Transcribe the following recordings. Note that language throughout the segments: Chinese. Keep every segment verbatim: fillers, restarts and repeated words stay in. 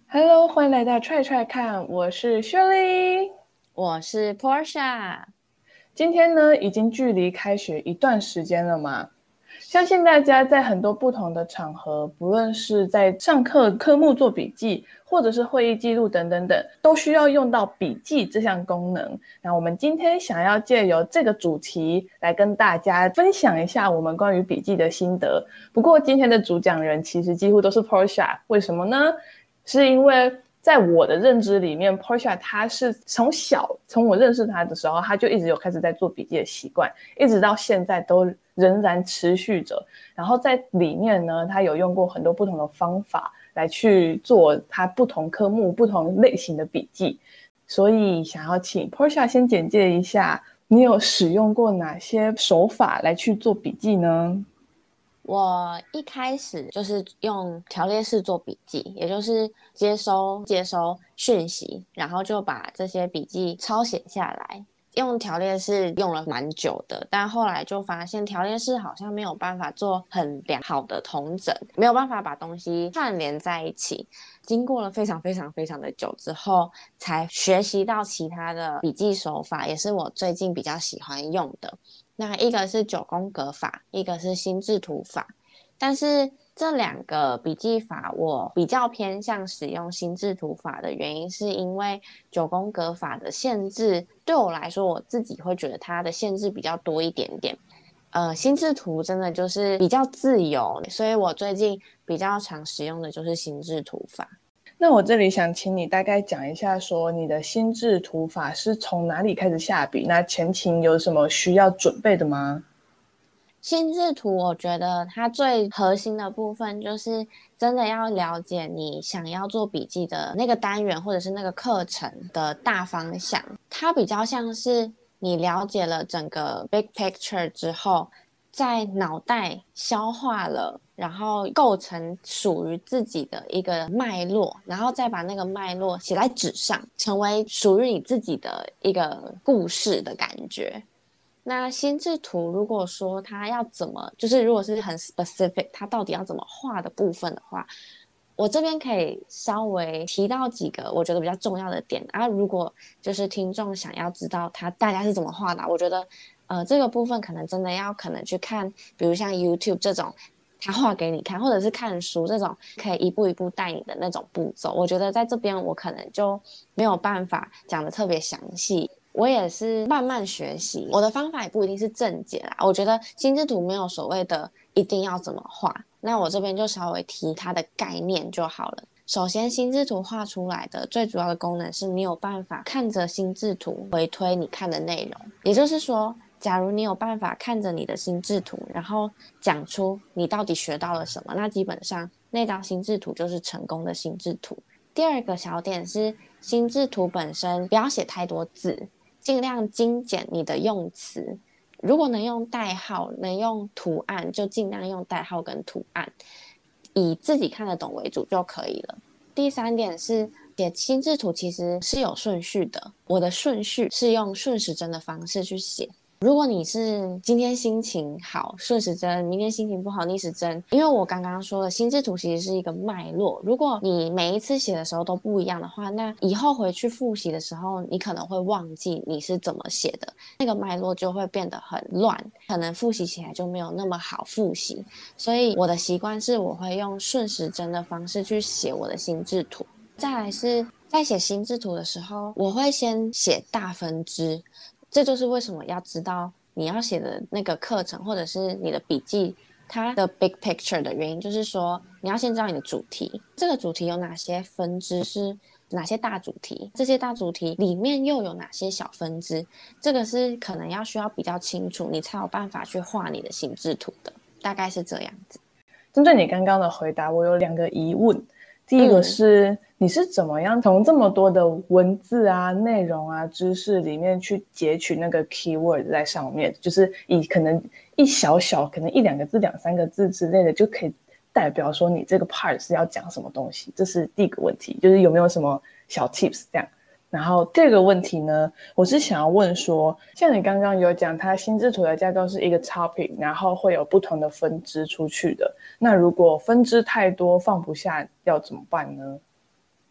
Hello，欢迎来到踹踹看，我是 Shirley。 我是 Portia。 今天呢，已经距离开学一段时间了嘛，相信大家在很多不同的场合，不论是在上课科目做笔记，或者是会议记录等等等，都需要用到笔记这项功能。那我们今天想要借由这个主题来跟大家分享一下我们关于笔记的心得。不过今天的主讲人其实几乎都是 Portia， 为什么呢？是因为在我的认知里面 Portia 她是从小从我认识她的时候，她就一直有开始在做笔记的习惯，一直到现在都仍然持续着。然后在里面呢，她有用过很多不同的方法来去做她不同科目不同类型的笔记。所以想要请 Portia 先简介一下，你有使用过哪些手法来去做笔记呢？ 我一开始就是用条列式做笔记，也就是接收接收讯息，然后就把这些笔记抄写下来。用条列式用了蛮久的，但后来就发现条列式好像没有办法做很良好的统整，没有办法把东西串联在一起。经过了非常非常非常的久之后，才学习到其他的笔记手法，也是我最近比较喜欢用的。那一个是九宫格法，一个是心智图法，但是这两个笔记法我比较偏向使用心智图法的原因，是因为九宫格法的限制对我来说，我自己会觉得它的限制比较多一点点。呃，心智图真的就是比较自由，所以我最近比较常使用的就是心智图法。 那我这里想请你大概讲一下，说你的心智图法是从哪里开始下笔？那前情有什么需要准备的吗？ 心智图我觉得它最核心的部分就是真的要了解你想要做笔记的那个单元或者是那个课程的大方向。它比较像是你了解了整个 big picture 之后，在脑袋消化了，然后构成属于自己的一个脉络，然后再把那个脉络写在纸上，成为属于你自己的一个故事的感觉。那心智图如果说它要怎么，就是如果是很 specific，它到底要怎么画的部分的话，我这边可以稍微提到几个我觉得比较重要的点啊。如果就是听众想要知道它大家是怎么画的，我觉得呃这个部分可能真的要可能去看，比如像 YouTube 这种。他画给你看，或者是看书这种可以一步一步带你的那种步骤，我觉得在这边我可能就没有办法讲的特别详细。我也是慢慢学习，我的方法也不一定是正解啦。我觉得心智图没有所谓的一定要怎么画，那我这边就稍微提它的概念就好了。首先，心智图画出来的最主要的功能是你有办法看着心智图回推你看的内容，也就是说，假如你有办法看着你的心智图，然后讲出你到底学到了什么，那基本上那张心智图就是成功的心智图。第二个小点是心智图本身不要写太多字，尽量精简你的用词。如果能用代号，能用图案，就尽量用代号跟图案，以自己看得懂为主就可以了。第三点是写心智图其实是有顺序的，我的顺序是用顺时针的方式去写。如果你是今天心情好，顺时针，明天心情不好，逆时针，因为我刚刚说的心智图其实是一个脉络，如果你每一次写的时候都不一样的话，那以后回去复习的时候，你可能会忘记你是怎么写的，那个脉络就会变得很乱，可能复习起来就没有那么好复习。所以我的习惯是我会用顺时针的方式去写我的心智图。再来是在写心智图的时候，我会先写大分支，这就是为什么要知道你要写的那个课程或者是你的笔记它的 big picture 的原因，就是说你要先知道你的主题，这个主题有哪些分支，是哪些大主题，这些大主题里面又有哪些小分支，这个是可能要需要比较清楚，你才有办法去画你的心智图的，大概是这样子。 针对你刚刚的回答，我有两个疑问。第一个嗯， 是，你是怎么样从这么多的文字啊、内容啊、知识里面去截取那个 keyword 在上面，就是以可能一小小，可能一两个字、两三个字之类的，就可以代表说你这个 part 是要讲什么东西？这是第一个问题，就是有没有什么小 tips 这样。然后第二个问题呢，我是想要问说，像你刚刚有讲，它心智图的架构是一个 topic，然后会有不同的分支出去的。那如果分支太多放不下，要怎么办呢？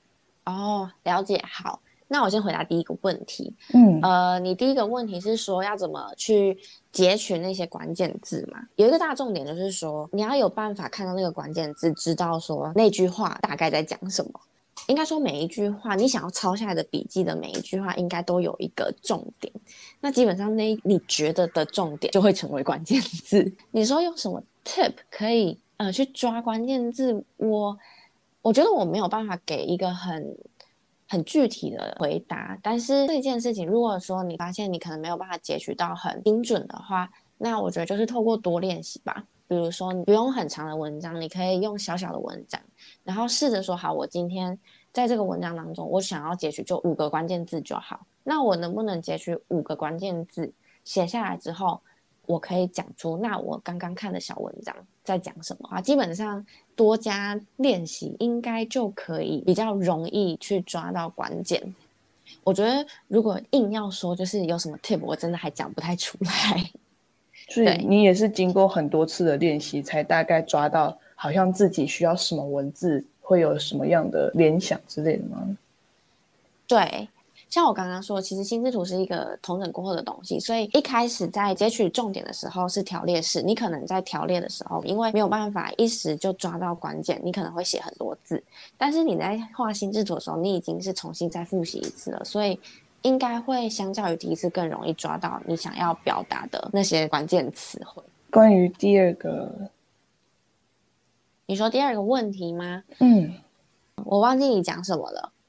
哦，了解。好，那我先回答第一个问题。 嗯， 呃，你第一个问题是说要怎么去截取那些关键字嘛？有一个大重点就是说，你要有办法看到那个关键字，知道说那句话大概在讲什么。应该说每一句话，你想要抄下来的笔记的每一句话，应该都有一个重点。那基本上那你觉得的重点就会成为关键字。你说用什么 tip 可以呃去抓关键字？我我觉得我没有办法给一个很很具体的回答。但是这件事情，如果说你发现你可能没有办法截取到很精准的话，那我觉得就是透过多练习吧。比如说你不用很长的文章，你可以用小小的文章，然后试着说好，我今天在这个文章当中，我想要截取就五个关键字就好。那我能不能截取五个关键字写下来之后，我可以讲出那我刚刚看的小文章在讲什么啊？基本上多加练习，应该就可以比较容易去抓到关键。我觉得如果硬要说就是有什么 tip， 我真的还讲不太出来。 所以你也是经过很多次的练习，才大概抓到好像自己需要什么文字，会有什么样的联想之类的吗？ 对，像我刚刚说，其实心智图是一个同整过后的东西，所以一开始在截取重点的时候是条列式，你可能在条列的时候，因为没有办法一时就抓到关键，你可能会写很多字，但是你在画心智图的时候，你已经是重新再复习一次了，所以应该会相较于第一次更容易抓到你想要表达的那些关键词汇。 关于第二个， 你说第二个问题吗？ 嗯， 我忘记你讲什么了。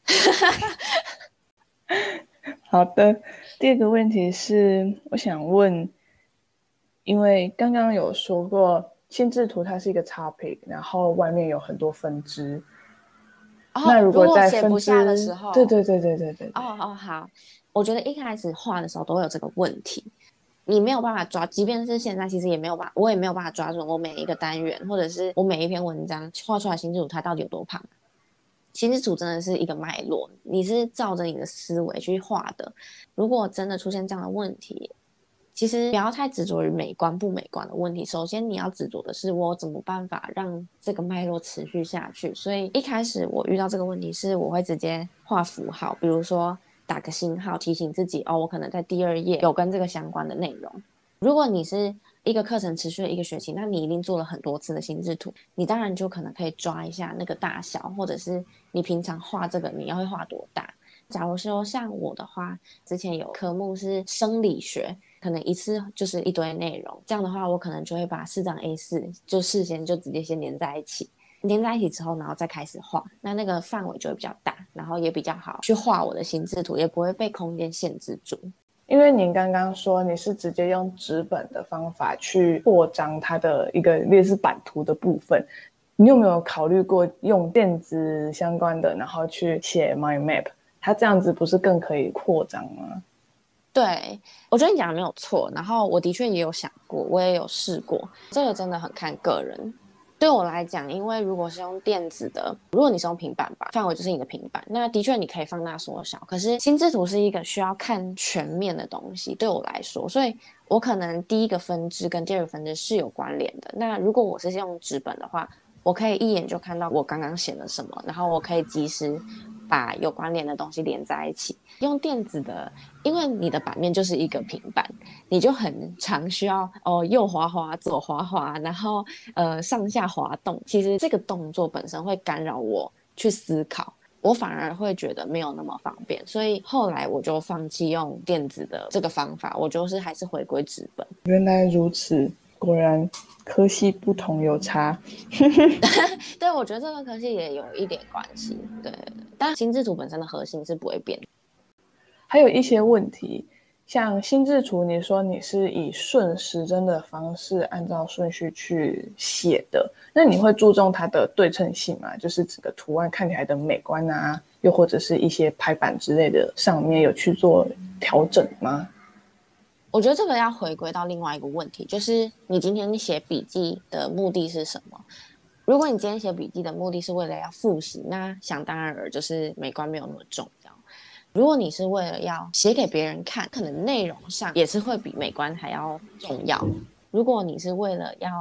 好的，第二个问题是，我想问，因为刚刚有说过，心智图它是一个 topic，然后外面有很多分支。 哦， 那如果在写分支， 不下的时候， 对对对对对对对。 哦哦好，我觉得一开始画的时候都会有这个问题，你没有办法抓，即便是现在，其实也没有办法，我也没有办法抓准我每一个单元，或者是我每一篇文章画出来心智图它到底有多胖。心智图真的是一个脉络，你是照着你的思维去画的。如果真的出现这样的问题，其实不要太执着于美观不美观的问题。首先你要执着的是我怎么办法让这个脉络持续下去。所以一开始我遇到这个问题是我会直接画符号，比如说打个星号提醒自己哦，我可能在第二页有跟这个相关的内容。如果你是一个课程持续了一个学期，那你一定做了很多次的心智图，你当然就可能可以抓一下那个大小，或者是你平常画这个你要会画多大。假如说像我的话，之前有科目是生理学，可能一次就是一堆内容，这样的话我可能就会把四张 A 四 就事先就直接先连在一起，连在一起之后然后再开始画，那那个范围就会比较大，然后也比较好去画我的心智图，也不会被空间限制住。 因为您刚刚说你是直接用纸本的方法去扩张它的一个类似版图的部分，你有没有考虑过用电子相关的，然后去写 mind map？ 它这样子不是更可以扩张吗？ 对，我觉得你讲的没有错，然后我的确也有想过，我也有试过，这个真的很看个人。对我来讲，因为如果是用电子的，如果你是用平板吧，范围就是你的平板，那的确你可以放大缩小。可是心智图是一个需要看全面的东西，对我来说，所以我可能第一个分支跟第二个分支是有关联的。那如果我是用纸本的话，我可以一眼就看到我刚刚写了什么，然后我可以及时把有关联的东西连在一起。用电子的，因为你的版面就是一个平板，你就很常需要哦右滑滑左滑滑，然后呃上下滑动，其实这个动作本身会干扰我去思考，我反而会觉得没有那么方便，所以后来我就放弃用电子的这个方法，我就是还是回归纸本。 原来如此，果然科系不同有差。 对，我觉得这个科系也有一点关系，对，但心智图本身的核心是不会变的。 还有一些问题，像心智图，你说你是以顺时针的方式按照顺序去写的，那你会注重它的对称性吗？就是整个图案看起来的美观啊，又或者是一些排版之类的上面有去做调整吗？ 我觉得这个要回归到另外一个问题，就是你今天写笔记的目的是什么？如果你今天写笔记的目的是为了要复习，那想当然尔就是美观没有那么重要。如果你是为了要写给别人看，可能内容上也是会比美观还要重要。如果你是为了要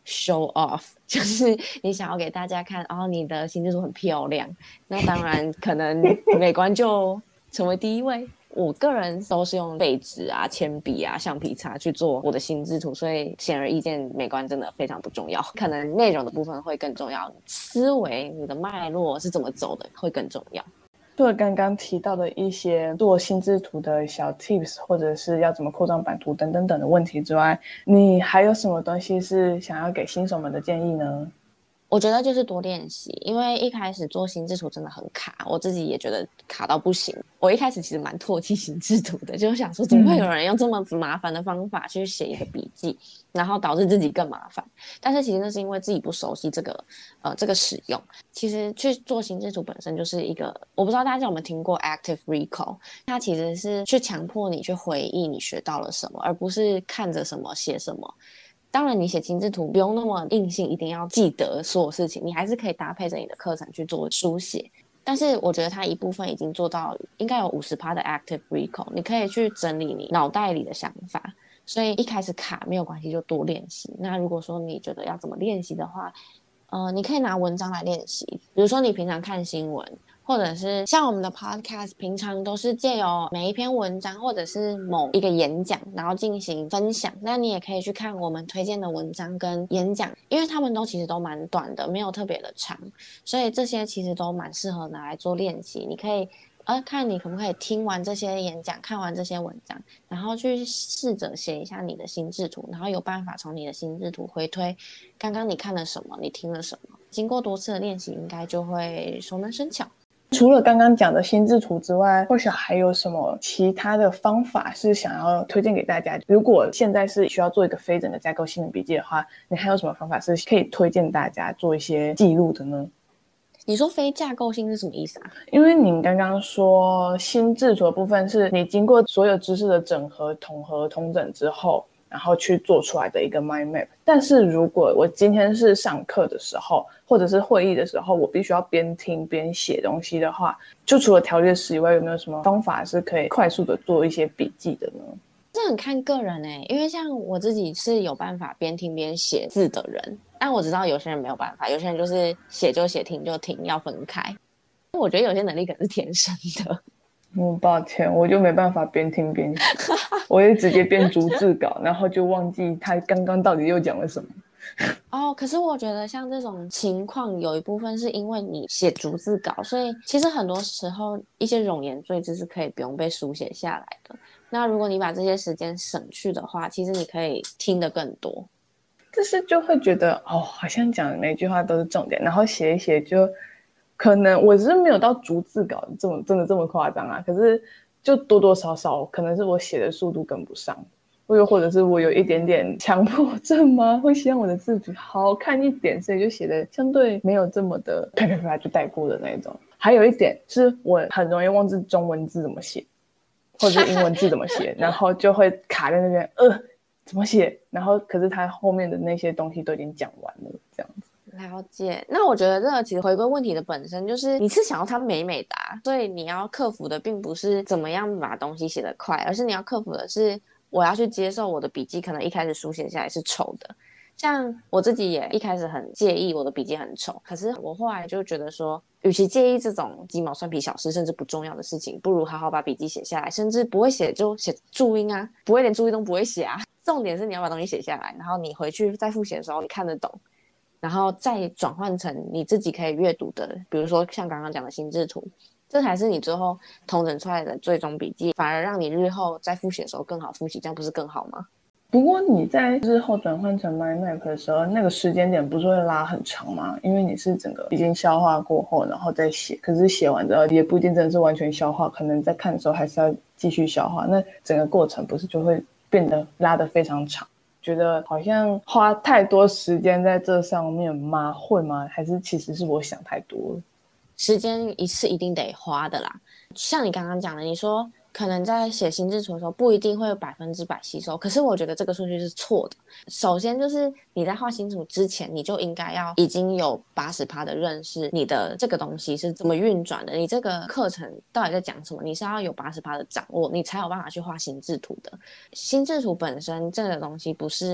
show off， 就是你想要给大家看哦你的心智图很漂亮，那当然可能美观就成为第一位。我个人都是用废纸啊、铅笔啊、橡皮擦去做我的心智图，所以显而易见美观真的非常不重要，可能内容的部分会更重要，思维你的脉络是怎么走的会更重要。 除了刚刚提到的一些做心智图的小 tips， 或者是要怎么扩张版图等等等的问题之外，你还有什么东西是想要给新手们的建议呢？ 我觉得就是多练习，因为一开始做心智图真的很卡，我自己也觉得卡到不行。我一开始其实蛮唾弃心智图的，就是想说怎么会有人用这么麻烦的方法去写一个笔记，然后导致自己更麻烦。但是其实那是因为自己不熟悉这个呃这个使用。其实去做心智图本身就是一个，我不知道大家有没有听过 active recall， 它其实是去强迫你去回忆你学到了什么，而不是看着什么写什么。当然你写心智图不用那么硬性一定要记得所有事情，你还是可以搭配着你的课程去做书写，但是我觉得它一部分已经做到应该有 百分之五十 的 active recall， 你可以去整理你脑袋里的想法，所以一开始卡没有关系，就多练习。那如果说你觉得要怎么练习的话，呃，你可以拿文章来练习，比如说你平常看新闻，或者是像我们的 podcast 平常都是借由每一篇文章或者是某一个演讲然后进行分享，那你也可以去看我们推荐的文章跟演讲，因为他们都其实都蛮短的，没有特别的长，所以这些其实都蛮适合拿来做练习。你可以呃，看你可不可以听完这些演讲，看完这些文章，然后去试着写一下你的心智图，然后有办法从你的心智图回推刚刚你看了什么，你听了什么，经过多次的练习应该就会熟能生巧。 除了刚刚讲的心智图之外，或许还有什么其他的方法是想要推荐给大家？如果现在是需要做一个非整个架构性的笔记的话，你还有什么方法是可以推荐大家做一些记录的呢？ 你说非架构性是什么意思啊？ 因为您刚刚说心智图的部分是你经过所有知识的整合、统合、统整之后，然后去做出来的一个 mind map。但是如果我今天是上课的时候，或者是会议的时候，我必须要边听边写东西的话，就除了条列式以外，有没有什么方法是可以快速的做一些笔记的呢？ 这很看个人欸，因为像我自己是有办法边听边写字的人，但我知道有些人没有办法，有些人就是写就写，听就听，要分开。我觉得有些能力可能是天生的。 嗯，抱歉，我就没办法边听边写，我会直接边逐字稿，然后就忘记他刚刚到底又讲了什么。 哦，可是我觉得像这种情况，有一部分是因为你写逐字稿，所以其实很多时候一些冗言赘字是可以不用被书写下来的。那如果你把这些时间省去的话，其实你可以听得更多。 但是就会觉得哦，好像讲的每句话都是重点，然后写一写就可能我是没有到逐字稿这么真的这么夸张啊，可是就多多少少可能是我写的速度跟不上，又或者是我有一点点强迫症吗？会希望我的字体好看一点，所以就写的相对没有这么的啪啪啪就带过的那种。还有一点是我很容易忘记中文字怎么写，或者是英文字怎么写，然后就会卡在那边，呃，怎么写？然后可是他后面的那些东西都已经讲完了，这样子。 了解，那我觉得这个其实回归问题的本身就是你是想要它美美哒，所以你要克服的并不是怎么样把东西写得快，而是你要克服的是我要去接受我的笔记可能一开始书写下来是丑的。像我自己也一开始很介意我的笔记很丑，可是我后来就觉得说，与其介意这种鸡毛蒜皮小事甚至不重要的事情，不如好好把笔记写下来，甚至不会写就写注音啊，不会连注音都不会写啊。重点是你要把东西写下来，然后你回去再复写的时候你看得懂，然后再转换成你自己可以阅读的，比如说像刚刚讲的心智图，这才是你最后统整出来的最终笔记，反而让你日后在复习的时候更好复习，这样不是更好吗？ 不过你在日后转换成 mind map 的时候，那个时间点不是会拉很长吗？因为你是整个已经消化过后，然后再写，可是写完之后也不一定真的是完全消化，可能在看的时候还是要继续消化，那整个过程不是就会变得拉得非常长？觉得好像花太多时间在这上面吗？会吗？还是其实是我想太多了？ 时间一次一定得花的啦，像你刚刚讲的，你说可能在写心智图的时候不一定会有百分之百吸收，可是我觉得这个数据是错的。首先就是你在画心智图之前，你就应该要已经有 百分之八十 的认识你的这个东西是怎么运转的，你这个课程到底在讲什么，你是要有 百分之八十 的掌握，你才有办法去画心智图的。心智图本身这个东西不是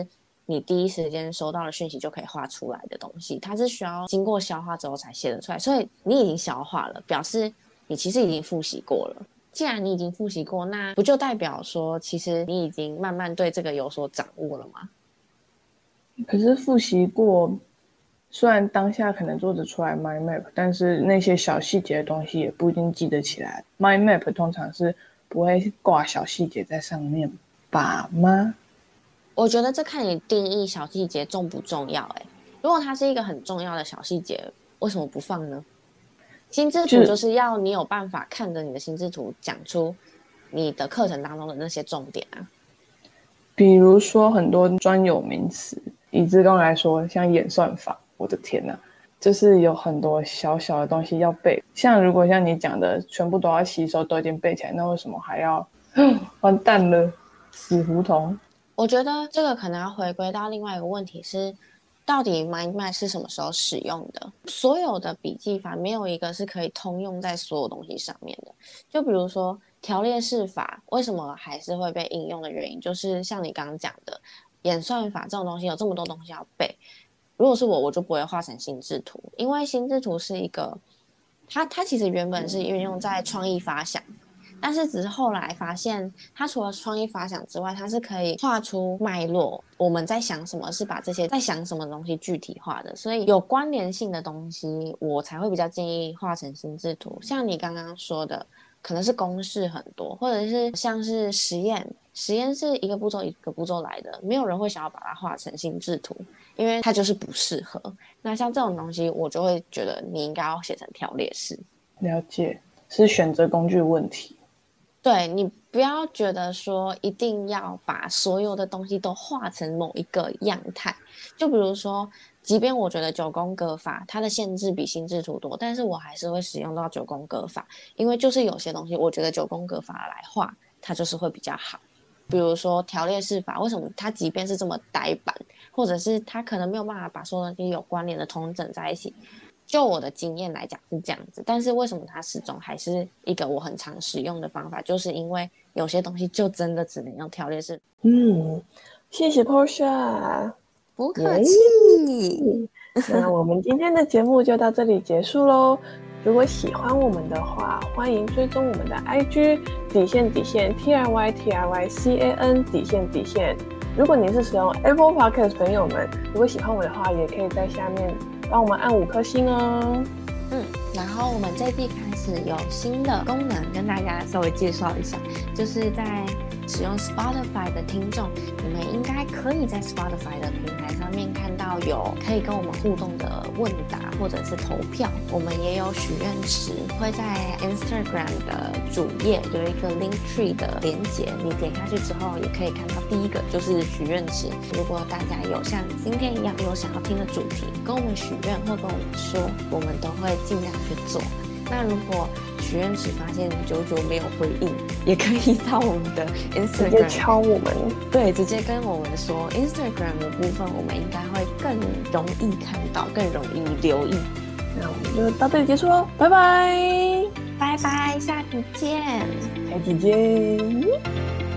你第一时间收到的讯息就可以画出来的东西，它是需要经过消化之后才写得出来，所以你已经消化了，表示你其实已经复习过了。既然你已经复习过，那不就代表说其实你已经慢慢对这个有所掌握了吗？ 可是复习过，虽然当下可能做得出来 mind map， 但是那些小细节的东西也不一定记得起来。mind map 通常是不会挂小细节在上面吧吗？ 我觉得这看你定义小细节重不重要、欸、如果它是一个很重要的小细节，为什么不放呢？心智图就是要你有办法看着你的心智图讲出你的课程当中的那些重点啊。 比如说很多专有名词，以自贡来说，像演算法，我的天哪，就是有很多小小的东西要背。像如果像你讲的全部都要吸收，都已经背起来，那为什么还要完蛋了，死胡同？ 我觉得这个可能要回归到另外一个问题是，到底 mind map 是什么时候使用的？所有的笔记法没有一个是可以通用在所有东西上面的。就比如说条列式法为什么还是会被应用的原因，就是像你刚刚讲的演算法这种东西有这么多东西要背，如果是我我就不会画成心智图，因为心智图是一个它它其实原本是运用在创意发想，但是只是后来发现它除了创意发想之外，它是可以画出脉络，我们在想什么是把这些在想什么东西具体化的，所以有关联性的东西我才会比较建议画成心智图。像你刚刚说的可能是公式很多，或者是像是实验实验是一个步骤一个步骤来的，没有人会想要把它画成心智图，因为它就是不适合。那像这种东西我就会觉得你应该要写成条列式。 了解，是选择工具问题。 对，你不要觉得说一定要把所有的东西都画成某一个样态，就比如说即便我觉得九宫格法它的限制比心智图多，但是我还是会使用到九宫格法，因为就是有些东西我觉得九宫格法来画它就是会比较好。比如说条列式法，为什么它即便是这么呆板，或者是它可能没有办法把所有东西有关联的统整在一起，就我的经验来讲是这样子，但是为什么它始终还是一个我很常使用的方法，就是因为有些东西就真的只能用条列式。 嗯，谢谢 Portia， 不客气。 那我们今天的节目就到这里结束咯。如果喜欢我们的话，欢迎追踪我们的 I G 底线底线 T R Y T R Y C A N 底线底线。如果你是使用 Apple Podcast 朋友们，如果喜欢我的话，也可以在下面帮我们按五颗星哦。 嗯，然后我们这季开始有新的功能跟大家稍微介绍一下，就是在使用 Spotify 的听众，你们应该可以在 Spotify 的平台上面看到有可以跟我们互动的问答或者是投票，我们也有许愿池，会在 Instagram 的主页有一个 Linktree 的连结，你点下去之后也可以看到第一个就是许愿池。如果大家有像今天一样有想要听的主题跟我们许愿或跟我们说，我们都会尽量去做。那如果许愿池发现久久没有回应，也可以到我们的 Instagram 直接敲我们， 对，直接跟我们说 Instagram 的部分，我们应该会更容易看到，更容易留意。 那我们就到这里结束咯，拜拜， 拜拜，下期见， 下期见。